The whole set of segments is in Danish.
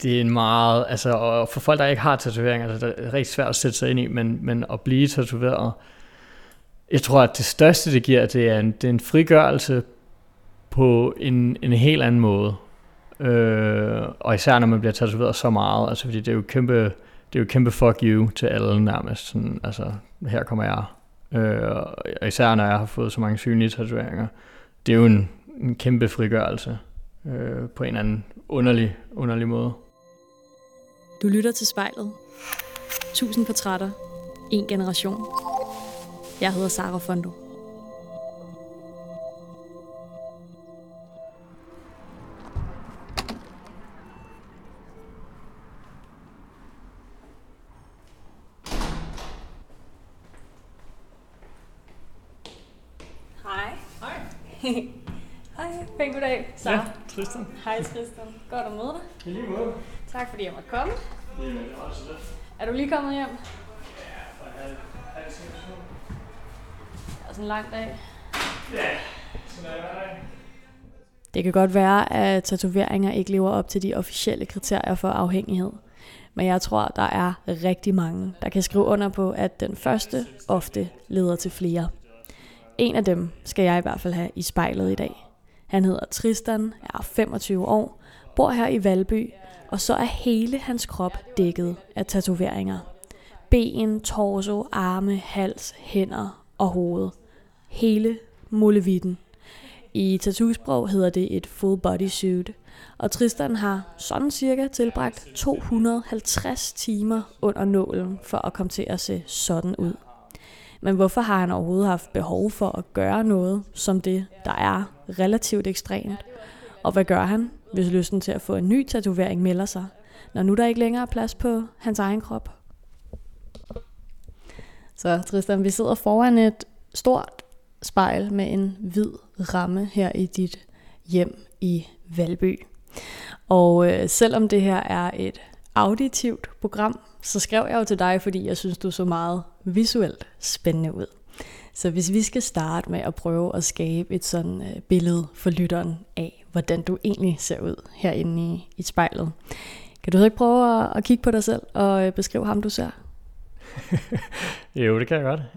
det er en meget, altså, og for folk, der ikke har tatoveringer, altså, det er rigtig svært at sætte sig ind i, men at blive tatoveret, jeg tror, at det største, det giver, det er en frigørelse på en helt anden måde. Og især når man bliver tatoveret så meget, altså fordi det er jo kæmpe fuck you til alle nærmest, sådan, altså her kommer jeg. Og især når jeg har fået så mange synlige tatoveringer, det er jo en kæmpe frigørelse på en eller anden underlig måde. Du lytter til Spejlet. 1000 portrætter. En generation. Jeg hedder Sara Fondo. Hej, pæn goddag, Sara. Ja, Tristan. Hej Tristan, godt at møde dig. I lige måde. Tak fordi jeg måtte komme. Det er også lidt. Er du lige kommet hjem? Ja, for halv situation. Det er sådan en lang dag. Ja, sådan er det. Det kan godt være, at tatoveringer ikke lever op til de officielle kriterier for afhængighed. Men jeg tror, der er rigtig mange, der kan skrive under på, at den første ofte leder til flere. En af dem skal jeg i hvert fald have i spejlet i dag. Han hedder Tristan, er 25 år, bor her i Valby, og så er hele hans krop dækket af tatoveringer. Ben, torso, arme, hals, hænder og hoved. Hele molevitten. I tattoo-sprog hedder det et full body suit, og Tristan har sådan cirka tilbragt 250 timer under nålen for at komme til at se sådan ud. Men hvorfor har han overhovedet haft behov for at gøre noget som det, der er relativt ekstremt? Og hvad gør han, hvis lysten til at få en ny tatovering melder sig, når nu der ikke længere er plads på hans egen krop? Så Tristan, vi sidder foran et stort spejl med en hvid ramme her i dit hjem i Valby. Og selvom det her er et auditivt program, så skrev jeg jo til dig, fordi jeg synes, du så meget visuelt spændende ud. Så hvis vi skal starte med at prøve at skabe et sådan billede for lytteren af, hvordan du egentlig ser ud herinde i spejlet. Kan du så ikke prøve at kigge på dig selv og beskrive ham, du ser? Jo, det kan jeg godt.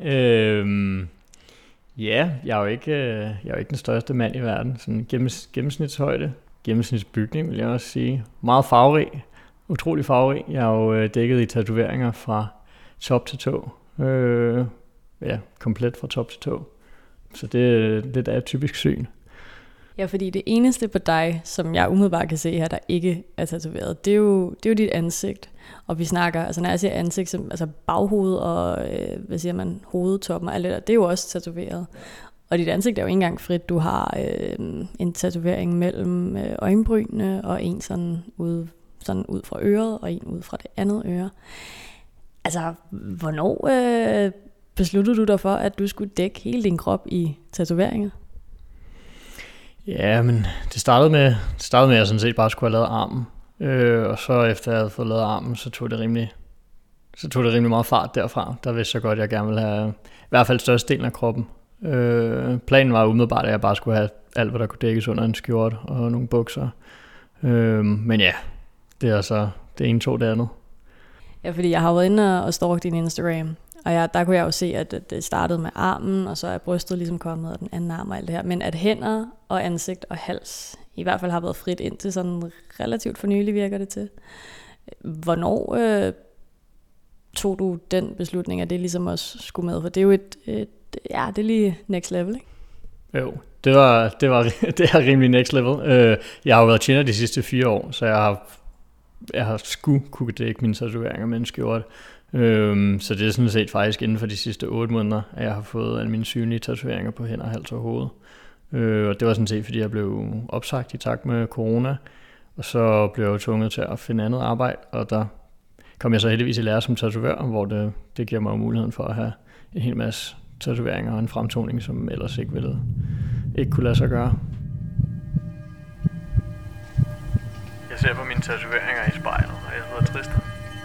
Ja, jeg er jo ikke den største mand i verden. Sådan gennemsnitshøjde, gennemsnitsbygning vil jeg også sige. Meget farverig, utrolig farverig. Jeg er jo dækket i tatoveringer fra top til tå. Ja, komplet fra top til tå. Så det er et typisk syn. Ja, fordi det eneste på dig, som jeg umiddelbart kan se her, der ikke er tatoveret, det er jo dit ansigt. Og vi snakker, altså når jeg siger ansigt, altså baghoved og, hvad siger man, hovedtoppen og alt det der, det er jo også tatoveret. Og dit ansigt er jo ikke engang frit. Du har en tatovering mellem øjenbrynene og en sådan ud fra øret og en ud fra det andet øre. Altså, hvornår besluttede du dig for, at du skulle dække hele din krop i tatoveringer? Ja, men det startede med, at jeg sådan set bare skulle have lavet armen. Og så efter jeg havde fået lavet armen, så tog det rimelig meget fart derfra. Der vidste jeg godt, at jeg gerne ville have i hvert fald størstedelen af kroppen. Planen var umiddelbart, at jeg bare skulle have alt, hvad der kunne dækkes under en skjorte og nogle bukser. Men ja, det er så det ene tog det andet. Ja, fordi jeg har været inde og stalket din Instagram, og der kunne jeg jo se, at det startede med armen, og så er brystet ligesom kommet, og den anden arm og alt det her. Men at hænder og ansigt og hals i hvert fald har været frit indtil sådan relativt for nylig, virker det til. Hvornår tog du den beslutning, at det ligesom også skulle med? For det er jo det er lige next level, ikke? Jo, det er rimelig next level. Jeg har jo været tjener de sidste 4 år, så jeg har kunne dække mine tatoveringer med en skjorte. Så det er sådan set faktisk inden for de sidste 8 måneder, at jeg har fået alle mine synlige tatoveringer på hænder, hals og hoved. Og det var sådan set, fordi jeg blev opsagt i takt med corona, og så blev jeg jo tvunget til at finde andet arbejde, og der kom jeg så heldigvis i lære som tatovør, hvor det giver mig muligheden for at have en hel masse tatoveringer og en fremtoning, som ellers ikke kunne lade sig gøre. Jeg ser på mine tatoveringer i spejlet, og jeg hedder Tristan.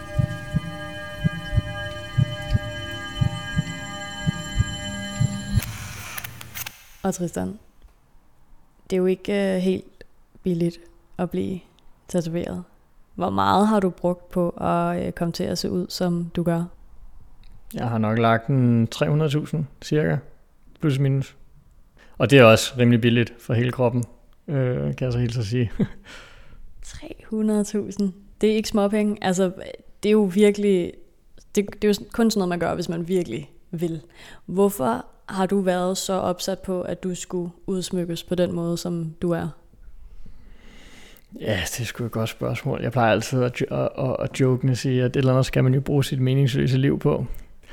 Og Tristan, det er jo ikke helt billigt at blive tatoveret. Hvor meget har du brugt på at komme til at se ud, som du gør? Jeg har nok lagt en 300.000 cirka, plus minus. Og det er også rimelig billigt for hele kroppen, kan jeg så helt så sige. 300.000. Det er ikke småpenge. Altså, det er jo virkelig... Det er jo kun sådan noget, man gør, hvis man virkelig vil. Hvorfor har du været så opsat på, at du skulle udsmykkes på den måde, som du er? Ja, det er sgu et godt spørgsmål. Jeg plejer altid at jokende sige, at et eller andet skal man jo bruge sit meningsløse liv på.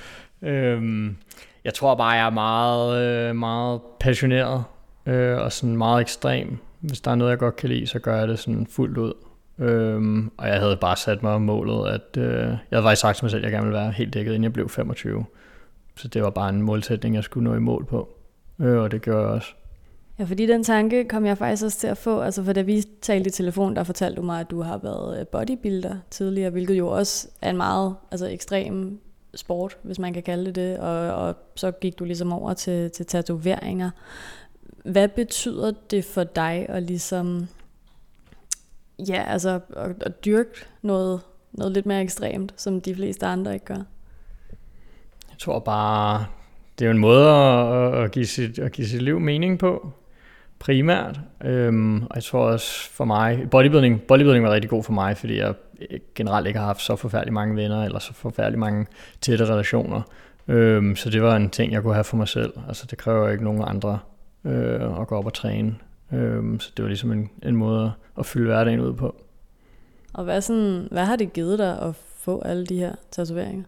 Jeg tror bare, jeg er meget, meget passioneret og sådan meget ekstrem. Hvis der er noget, jeg godt kan lide, så gør jeg det sådan fuldt ud. Og jeg havde bare sat mig målet, at jeg havde faktisk sagt til mig selv, at jeg gerne ville være helt dækket, inden jeg blev 25. Så det var bare en målsætning, jeg skulle nå i mål på. Og det gjorde jeg også. Ja, fordi den tanke kom jeg faktisk også til at få. Altså, for da vi talte i telefon, der fortalte du mig, at du har været bodybuilder tidligere, hvilket jo også er en meget ekstrem sport, hvis man kan kalde det. Og så gik du ligesom over til tatoveringer. Hvad betyder det for dig at ligesom... Ja, altså at dyrke noget lidt mere ekstremt, som de fleste andre ikke gør? Jeg tror bare, det er jo en måde at give sit liv mening på, primært. Og jeg tror også for mig, bodybuilding var rigtig god for mig, fordi jeg generelt ikke har haft så forfærdeligt mange venner, eller så forfærdeligt mange tætte relationer. Så det var en ting, jeg kunne have for mig selv. Altså det kræver ikke nogen andre at gå op og træne. Så det var ligesom en måde at fylde hverdagen ud på. Og hvad har det givet dig at få alle de her tatoveringer?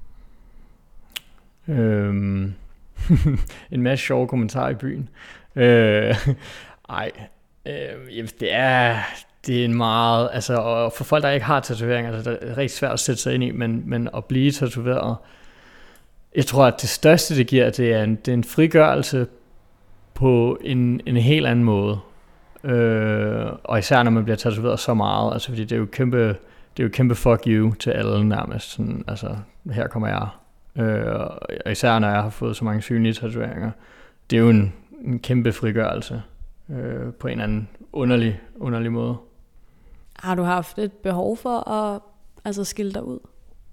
En masse sjove kommentarer i byen. Det er en meget, altså, og for folk der ikke har tatoveringer, altså, det er rigtig svært at sætte sig ind i, men at blive tatoveret, jeg tror at det største det giver, det er en frigørelse på en helt anden måde. Og især når man bliver tatoveret så meget, altså fordi det er jo kæmpe fuck you til alle nærmest, sådan, altså her kommer jeg. Og især når jeg har fået så mange synlige tatoveringer, det er jo en kæmpe frigørelse på en eller anden underlig måde. Har du haft et behov for at skille dig ud?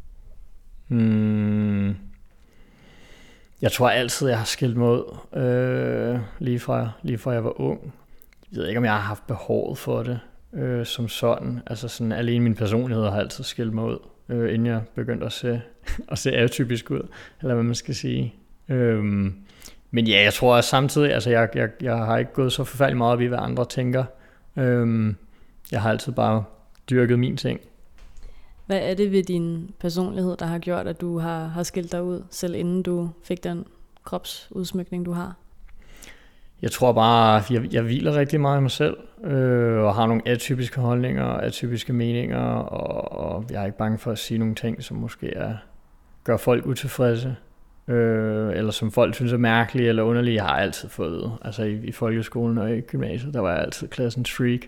Jeg tror altid, jeg har skilt mig ud, lige fra jeg var ung. Jeg ved ikke, om jeg har haft behovet for det som sådan. Altså sådan, alene min personlighed har altid skilt mig ud, inden jeg begyndte at se atypisk ud, eller hvad man skal sige. Men ja, jeg tror også samtidig, altså jeg har ikke gået så forfærdeligt meget op i, hvad andre tænker. Jeg har altid bare dyrket min ting. Hvad er det ved din personlighed, der har gjort, at du har skilt dig ud, selv inden du fik den kropsudsmykning, du har? Jeg tror bare, at jeg hviler rigtig meget i mig selv, og har nogle atypiske holdninger, atypiske meninger, og jeg er ikke bange for at sige nogle ting, som måske gør folk utilfredse, eller som folk synes er mærkelige eller underlige. Jeg har altid fået, altså i folkeskolen og i gymnasiet, der var jeg altid klassens freak.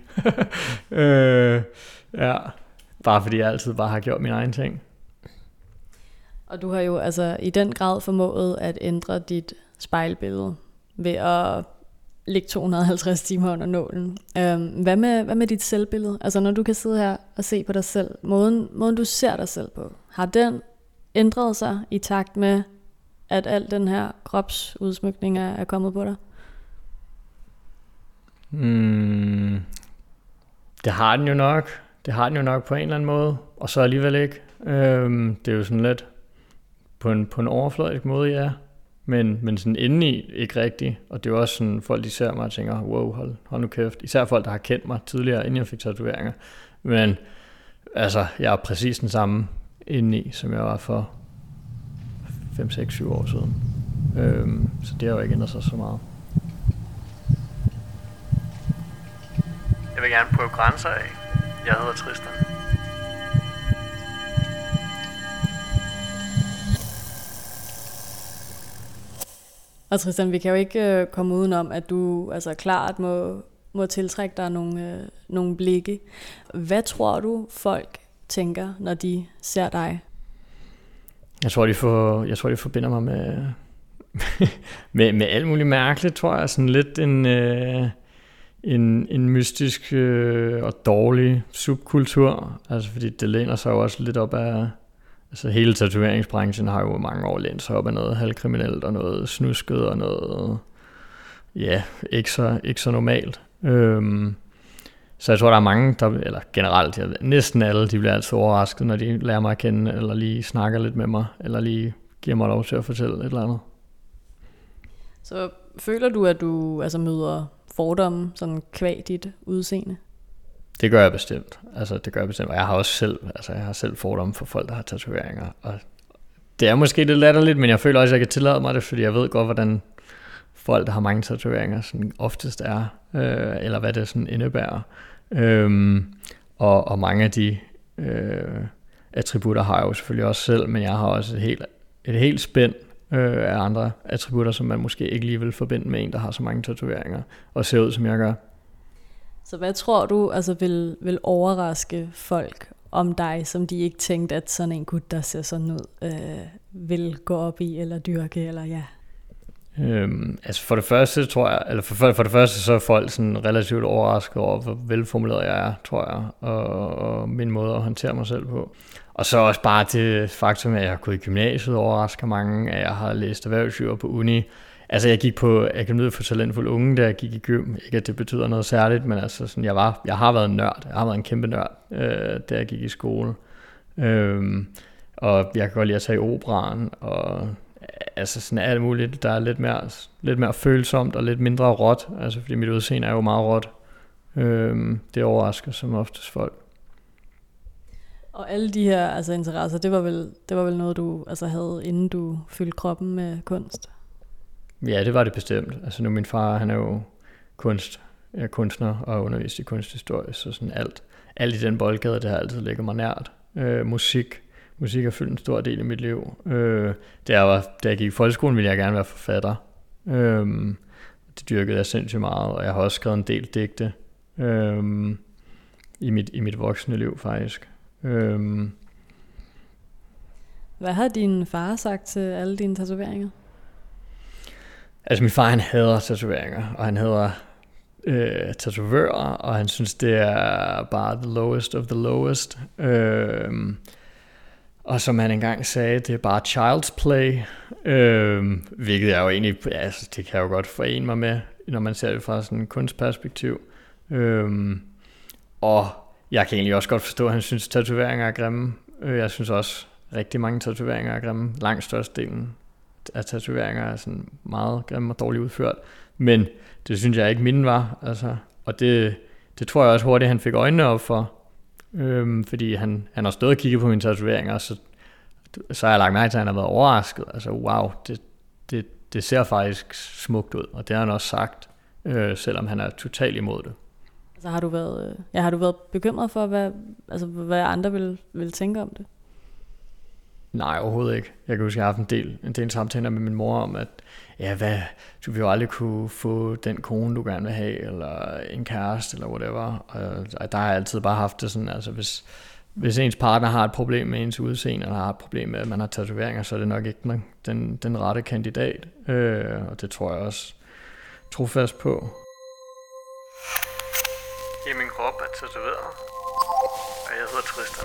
Ja, bare fordi jeg altid bare har gjort min egen ting. Og du har jo altså i den grad formået at ændre dit spejlbillede ved at ligge 250 timer under nålen. Hvad med dit selvbillede? Altså når du kan sidde her og se på dig selv, måden du ser dig selv på, har den ændret sig i takt med, at al den her kropsudsmykning er kommet på dig? Det har den jo nok. Det har den jo nok på en eller anden måde, og så alligevel ikke. Det er jo sådan lidt på en overfladisk måde, ja. Men sådan indeni ikke rigtigt. Og det er jo også sådan, folk de ser mig og tænker, wow, hold nu kæft. Især folk, der har kendt mig tidligere, inden jeg fik tatoveringer. Men altså, jeg er præcis den samme indeni, som jeg var for 5, 6, 7 år siden. Så det har jo ikke ændret sig så meget. Jeg vil gerne prøve grænser af. Jeg hedder Tristan. Og Tristan, vi kan jo ikke komme udenom, at du altså klart må tiltrække dig nogle blikke. Hvad tror du, folk tænker, når de ser dig? Jeg tror, de forbinder mig med alt muligt mærkeligt, tror jeg. Sådan lidt en mystisk og dårlig subkultur, altså fordi det læner sig jo også lidt op af, altså hele tatoveringsbranchen har jo mange år lænet sig op af noget halvkriminelt og noget snusket og noget, ja, ikke så normalt. Så jeg tror, der er mange, eller generelt, næsten alle, de bliver altid overrasket, når de lærer mig at kende, eller lige snakker lidt med mig, eller lige giver mig lov til at fortælle et eller andet. Så føler du, at du altså møder fordomme, sådan kvad dit udseende? Det gør jeg bestemt. Og jeg har selv fordomme for folk, der har tatoveringer. Og det er måske lidt latterligt, men jeg føler også, at jeg kan tillade mig det, fordi jeg ved godt, hvordan folk, der har mange tatoveringer, sådan oftest er, eller hvad det sådan indebærer. Og mange af de attributter har jeg jo selvfølgelig også selv, men jeg har også et helt spænd af andre attributter, som man måske ikke lige vil forbinde med en, der har så mange tatoveringer, og ser ud, som jeg gør. Så hvad tror du altså vil overraske folk om dig, som de ikke tænkte, at sådan en gut, der ser sådan ud, vil gå op i, eller dyrke, eller ja? Altså for det første tror jeg, eller for det første så er folk sådan relativt overrasket over, hvor velformuleret jeg er, tror jeg, og min måde at håndtere mig selv på. Og så også bare det faktum, at jeg har gået i gymnasiet, overrasker mange, at jeg har læst erhvervssyger på uni. Altså jeg gik på Akademiet for Talentfulde Unge, da jeg gik i gym. Ikke at det betyder noget særligt, men altså sådan, jeg har været en nørd. Jeg har været en kæmpe nørd, da jeg gik i skole. Og jeg kan godt lide at tage i operaen, og altså sådan alt muligt, der er lidt mere følsomt og lidt mindre råt, altså fordi mit udseende er jo meget råt. Det overrasker som oftest folk. Og alle de her altså interesser, det var vel noget du altså havde, inden du fyldte kroppen med kunst? Ja, det var det bestemt. Altså nu min far, han er jo kunstner og har undervist i kunsthistorie, så sådan alt i den boldgade, det har altid ligget mig nært. Musik har fyldt en stor del i mit liv. Da jeg gik i folkeskolen, ville jeg gerne være forfatter. Det dyrkede jeg sindssygt meget, og jeg har også skrevet en del digte i mit voksne liv faktisk. Hvad har din far sagt til alle dine tatoveringer? Altså min far, han hader tatoveringer, og han hader tatovører, og han synes, det er bare the lowest of the lowest. Og som han engang sagde, det er bare child's play, hvilket jeg jo egentlig, altså det kan jeg jo godt forene mig med, når man ser det fra sådan en kunstperspektiv. Og jeg kan egentlig også godt forstå, at han synes, tatoveringer er grimme. Jeg synes også, rigtig mange tatoveringer er grimme. Langt størstedelen af tatoveringer er sådan meget grimme og dårligt udført. Men det synes jeg ikke mine var. Altså. Og det tror jeg også hurtigt, han fik øjnene op for. Fordi han har stået og kigget på mine tatoveringer, så har jeg lagt mærke til, at han har været overrasket. Altså wow, det ser faktisk smukt ud. Og det har han også sagt, selvom han er totalt imod det. Altså har du været bekymret for, hvad andre vil tænke om det? Nej, overhovedet ikke. Jeg kan huske, at jeg har haft en del samtaler med min mor om, at du vil jo aldrig kunne få den kone, du gerne vil have, eller en kæreste, eller whatever. Og der har jeg altid bare haft det sådan, altså hvis ens partner har et problem med ens udseende, eller har et problem med, at man har tatoveringer, så er det nok ikke den rette kandidat. Og det tror jeg også trofast på. I min krop er tatoveret, og jeg hedder Tristan.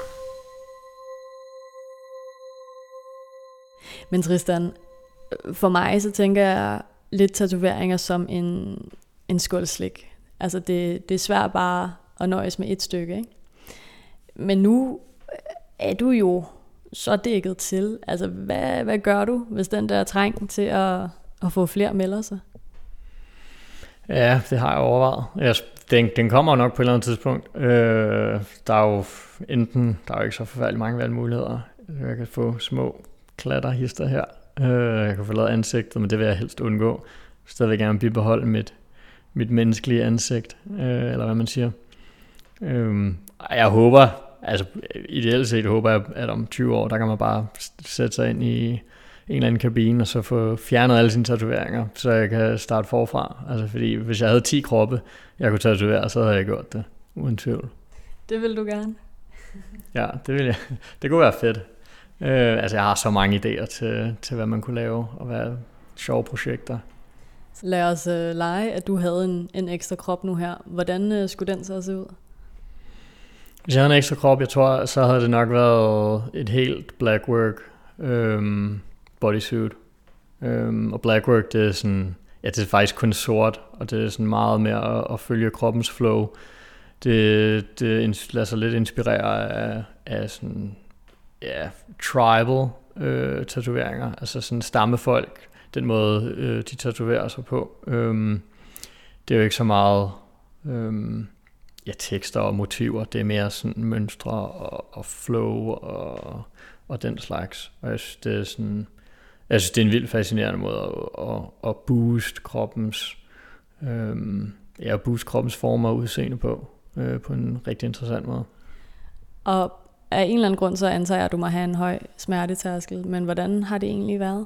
Men Tristan, for mig så tænker jeg lidt tatoveringer som en skål slik. Altså det er svært bare at nøjes med et stykke, ikke? Men nu er du jo så dækket til. Altså hvad gør du, hvis den der trang til at få flere melder sig? Ja, det har jeg overvejet. Den kommer nok på et eller andet tidspunkt. Der er jo ikke så forfærdeligt mange valgmuligheder. Jeg kan få små klatterhister her. Jeg kan få lavet ansigtet, men det vil jeg helst undgå. Så vil jeg gerne bibeholde mit menneskelige ansigt, eller hvad man siger. Jeg håber, altså ideelt set håber jeg, at om 20 år, der kan man bare sætte sig ind i en eller anden kabine, og så få fjernet alle sine tatoveringer, så jeg kan starte forfra. Altså fordi hvis jeg havde 10 kroppe, jeg kunne tatovere, så havde jeg gjort det, uden tvivl. Det vil du gerne? Ja, det vil jeg. Det kunne være fedt. Altså jeg har så mange idéer til hvad man kunne lave, og hvad sjove projekter. Lad os lege, at du havde en ekstra krop nu her. Hvordan skulle den så se ud? Hvis jeg havde en ekstra krop, jeg tror, så havde det nok været et helt blackwork bodysuit. Og blackwork, det er sådan, ja, det er faktisk kun sort, og det er sådan meget mere at følge kroppens flow. Det lader sig lidt inspirere af sådan, ja, tribal tatoveringer, altså sådan stammefolk, den måde de tatoverer sig på. Det er jo ikke så meget tekster og motiver, det er mere sådan mønstre og flow og den slags. Og jeg synes, det er en vildt fascinerende måde at booste kroppens former og udseende på en rigtig interessant måde. Og af en eller anden grund, så antager jeg, at du må have en høj smertetærskel, men hvordan har det egentlig været?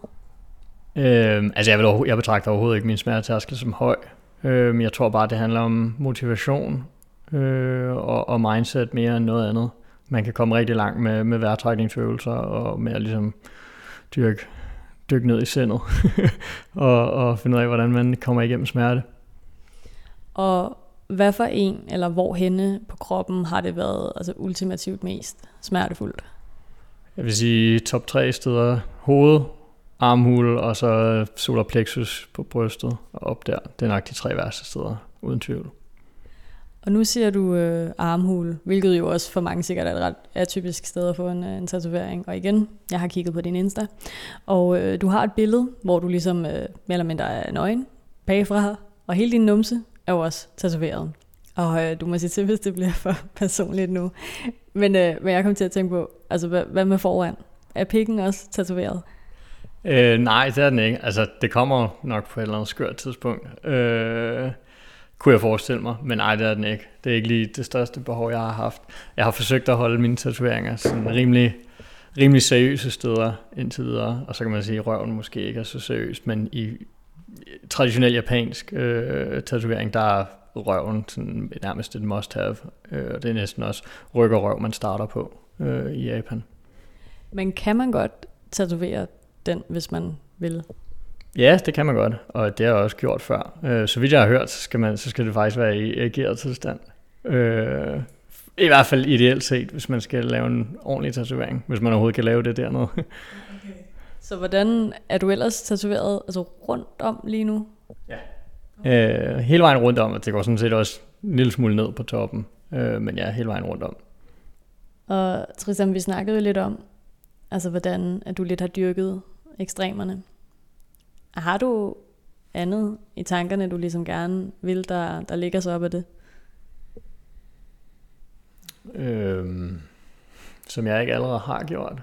Jeg betragter overhovedet ikke min smertetærskel som høj. Jeg tror bare, det handler om motivation og mindset mere end noget andet. Man kan komme rigtig langt med vejrtrækningsøvelser og med at ligesom dykke ned i sindet og finde ud af, hvordan man kommer igennem smerte. Og hvad for en, eller hvorhenne på kroppen har det været altså ultimativt mest smertefuldt? Jeg vil sige top 3 steder: hoved, armhule og så solar plexus på brystet og op der. Det er nok de 3 værste steder, uden tvivl. Og nu siger du armhule, hvilket jo også for mange sikkert er et ret atypisk sted at få en tatovering. Og igen, jeg har kigget på din Insta, og du har et billede, hvor du ligesom mere eller mindre er nøgen bagfra, og hele din numse er jo også tatoveret. Og du må sige til, hvis det bliver for personligt nu. Men jeg kom til at tænke på, altså hvad med foran? Er pikken også tatoveret? Nej, det er den ikke. Altså, det kommer nok på et eller andet skørt tidspunkt. Kunne jeg forestille mig, men nej, det er den ikke. Det er ikke lige det største behov, jeg har haft. Jeg har forsøgt at holde mine tatoveringer sådan rimelig seriøse steder indtil videre, og så kan man sige, at røven måske ikke er så seriøst, men i traditionel japansk tatovering, der er røven sådan nærmest et must-have, og det er næsten også ryg og røv, man starter på i Japan. Men kan man godt tatovere den, hvis man vil? Ja, det kan man godt, og det har jeg også gjort før. Så vidt jeg har hørt, så skal det faktisk være i erigeret tilstand. I hvert fald ideelt set, hvis man skal lave en ordentlig tatovering, hvis man overhovedet kan lave det dernede. Okay. Så hvordan er du ellers tatoveret altså rundt om lige nu? Ja. Hele vejen rundt om, og det går sådan set også en lille smule ned på toppen, men ja, hele vejen rundt om. Og Tristan, vi snakkede jo lidt om, altså hvordan at du lidt har dyrket ekstremerne. Har du andet i tankerne, du ligesom gerne vil, der ligger så op af det? Som jeg ikke allerede har gjort.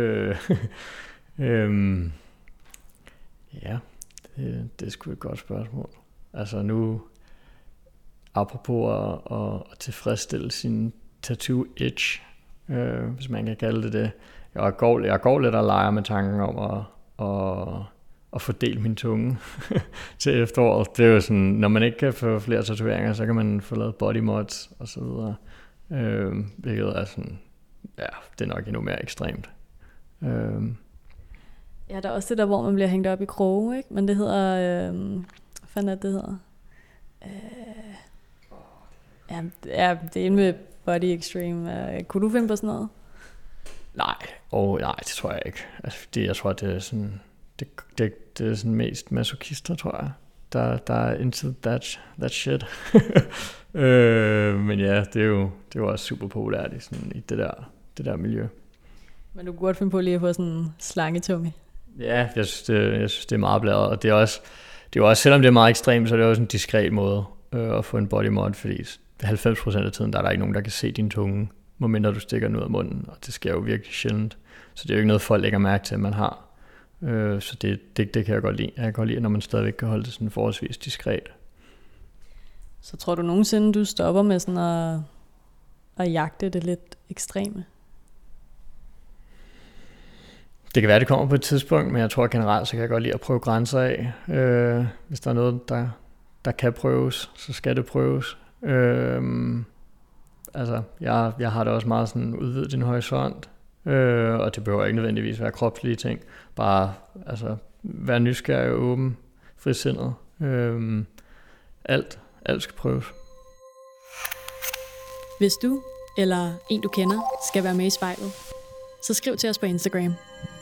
Ja, det er sgu et godt spørgsmål. Altså nu, apropos at tilfredsstille sin tattoo itch, hvis man kan kalde det det. Jeg går lidt og leger med tanken om at fordele min tunge til efteråret. Det er jo sådan, når man ikke kan få flere tatoveringer, så kan man få lavet body mods og så videre. Hvilket er sådan, ja, det er nok endnu mere ekstremt. Ja, der er også det der, hvor man bliver hængt op i kroge, ikke? Men det hedder, hvad fanden er det hedder? Ja, det er inde med Body Extreme. Kunne du finde på sådan noget? Nej, det tror jeg ikke. Altså, jeg tror, det er sådan, det er sådan mest masochister, tror jeg, der er into that shit. Men ja, det er jo også super populært i det der miljø. Men du kunne godt finde på lige at få sådan en slangetummi. Ja, jeg synes, det er meget bladret, og det er også, selvom det er meget ekstremt, så er det også en diskret måde at få en body mod, fordi 90% af tiden, der er der ikke nogen, der kan se din tunge, medmindre du stikker den ud af munden, og det sker jo virkelig sjældent. Så det er jo ikke noget, folk lægger mærke til, at man har. Så det kan jeg godt lide. Jeg kan godt lide, når man stadigvæk kan holde det sådan forholdsvis diskret. Så tror du nogensinde, du stopper med sådan at jagte det lidt ekstreme? Det kan være, det kommer på et tidspunkt, men jeg tror generelt, så kan jeg godt lide at prøve grænser af. Hvis der er noget, der kan prøves, så skal det prøves. Altså, jeg har det også meget sådan udvidet din horisont, og det behøver ikke nødvendigvis være kropslige ting. Bare altså, være nysgerrig og åben, frisindet. Alt skal prøves. Hvis du eller en du kender skal være med i spejlet, så skriv til os på Instagram.